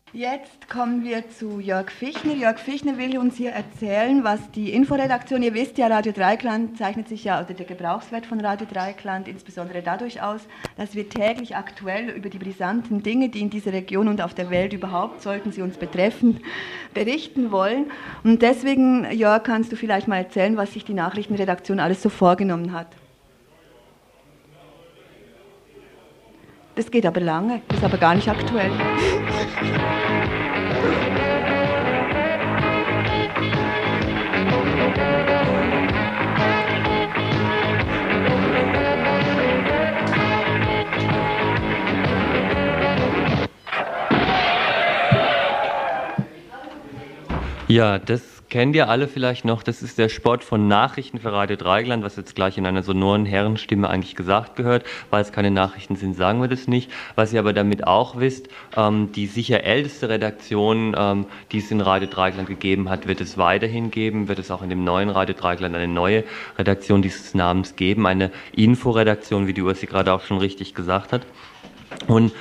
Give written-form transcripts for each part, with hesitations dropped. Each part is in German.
Jetzt kommen wir zu Jörg Fichtner. Jörg Fichtner will uns hier erzählen, was die Inforedaktion, ihr wisst ja, Radio Dreieckland zeichnet sich ja, oder der Gebrauchswert von Radio Dreieckland insbesondere dadurch aus, dass wir täglich aktuell über die brisanten Dinge, die in dieser Region und auf der Welt überhaupt, sollten sie uns betreffen, berichten wollen. Und deswegen, Jörg, kannst du vielleicht mal erzählen, was sich die Nachrichtenredaktion alles so vorgenommen hat? Das geht aber lange, ist aber gar nicht aktuell. Ja, das kennt ihr alle vielleicht noch. Das ist der Spot von Nachrichten für Radio Dreieckland, was jetzt gleich in einer sonoren Herrenstimme eigentlich gesagt gehört. Weil es keine Nachrichten sind, sagen wir das nicht. Was ihr aber damit auch wisst, die sicher älteste Redaktion, die es in Radio Dreieckland gegeben hat, wird es weiterhin geben, wird es auch in dem neuen Radio Dreieckland eine neue Redaktion dieses Namens geben, eine Inforedaktion, wie die Ursi gerade auch schon richtig gesagt hat. Und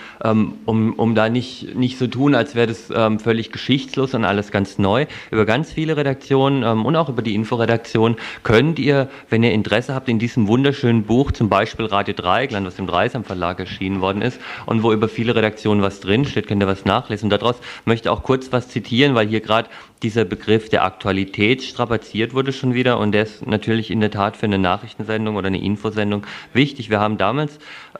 um da nicht so tun, als wäre das völlig geschichtslos und alles ganz neu, über ganz viele Redaktionen und auch über die Inforedaktion könnt ihr, wenn ihr Interesse habt, in diesem wunderschönen Buch, zum Beispiel Radio Dreieckland, was im Dreisam Verlag erschienen worden ist und wo über viele Redaktionen was drinsteht, könnt ihr was nachlesen. Und daraus möchte ich auch kurz was zitieren, weil hier gerade dieser Begriff der Aktualität strapaziert wurde schon wieder und der ist natürlich in der Tat für eine Nachrichtensendung oder eine Infosendung wichtig. Wir haben damals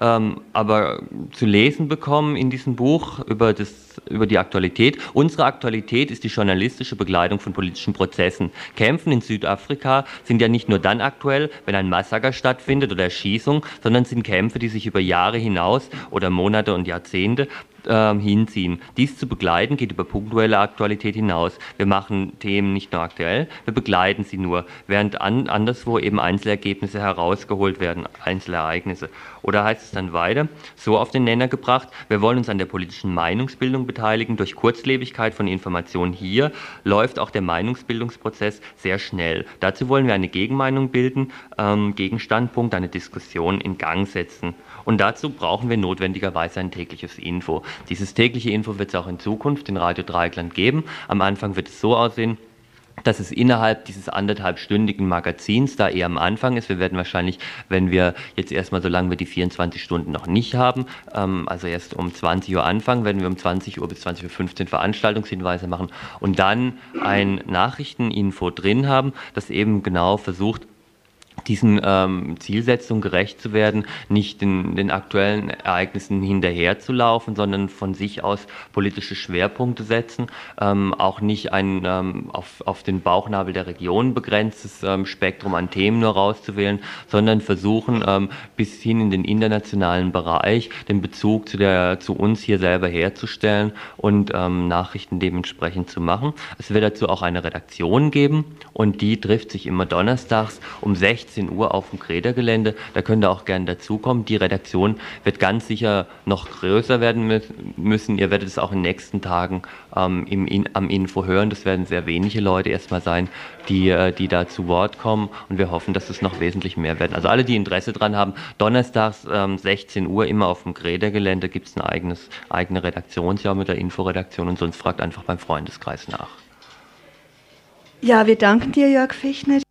aber zu lesen bekommen in diesem Buch über die Aktualität. Unsere Aktualität ist die journalistische Begleitung von politischen Prozessen. Kämpfen in Südafrika sind ja nicht nur dann aktuell, wenn ein Massaker stattfindet oder Erschießung, sondern sind Kämpfe, die sich über Jahre hinaus oder Monate und Jahrzehnte hinziehen. Dies zu begleiten geht über punktuelle Aktualität hinaus. Wir machen Themen nicht nur aktuell, wir begleiten sie nur, während anderswo eben Einzelergebnisse herausgeholt werden, Einzelereignisse. Oder heißt es dann weiter, so auf den Nenner gebracht, wir wollen uns an der politischen Meinungsbildung beteiligen. Durch Kurzlebigkeit von Informationen hier läuft auch der Meinungsbildungsprozess sehr schnell. Dazu wollen wir eine Gegenmeinung bilden, Gegenstandpunkt, eine Diskussion in Gang setzen. Und dazu brauchen wir notwendigerweise ein tägliches Info. Dieses tägliche Info wird es auch in Zukunft in Radio Dreieckland geben. Am Anfang wird es so aussehen, dass es innerhalb dieses anderthalbstündigen Magazins da eher am Anfang ist. Wir werden wahrscheinlich, wenn wir jetzt erstmal, solange wir die 24 Stunden noch nicht haben, also erst um 20 Uhr anfangen, werden wir um 20 Uhr bis 20.15 Uhr Veranstaltungshinweise machen und dann ein Nachrichteninfo drin haben, das eben genau versucht, diesen Zielsetzungen gerecht zu werden, nicht den aktuellen Ereignissen hinterherzulaufen, sondern von sich aus politische Schwerpunkte setzen, auch nicht ein auf den Bauchnabel der Region begrenztes Spektrum an Themen nur rauszuwählen, sondern versuchen, bis hin in den internationalen Bereich den Bezug zu uns hier selber herzustellen und Nachrichten dementsprechend zu machen. Es wird dazu auch eine Redaktion geben und die trifft sich immer donnerstags um 16 Uhr auf dem Greta-Gelände. Da könnt ihr auch gerne dazukommen. Die Redaktion wird ganz sicher noch größer werden müssen. Ihr werdet es auch in den nächsten Tagen am Info hören. Das werden sehr wenige Leute erstmal sein, die da zu Wort kommen. Und wir hoffen, dass es noch wesentlich mehr werden. Also alle, die Interesse dran haben, donnerstags 16 Uhr immer auf dem Greta-Gelände gibt es eine eigene Redaktionsjahr mit der Inforedaktion und sonst fragt einfach beim Freundeskreis nach. Ja, wir danken dir, Jörg Fichtner.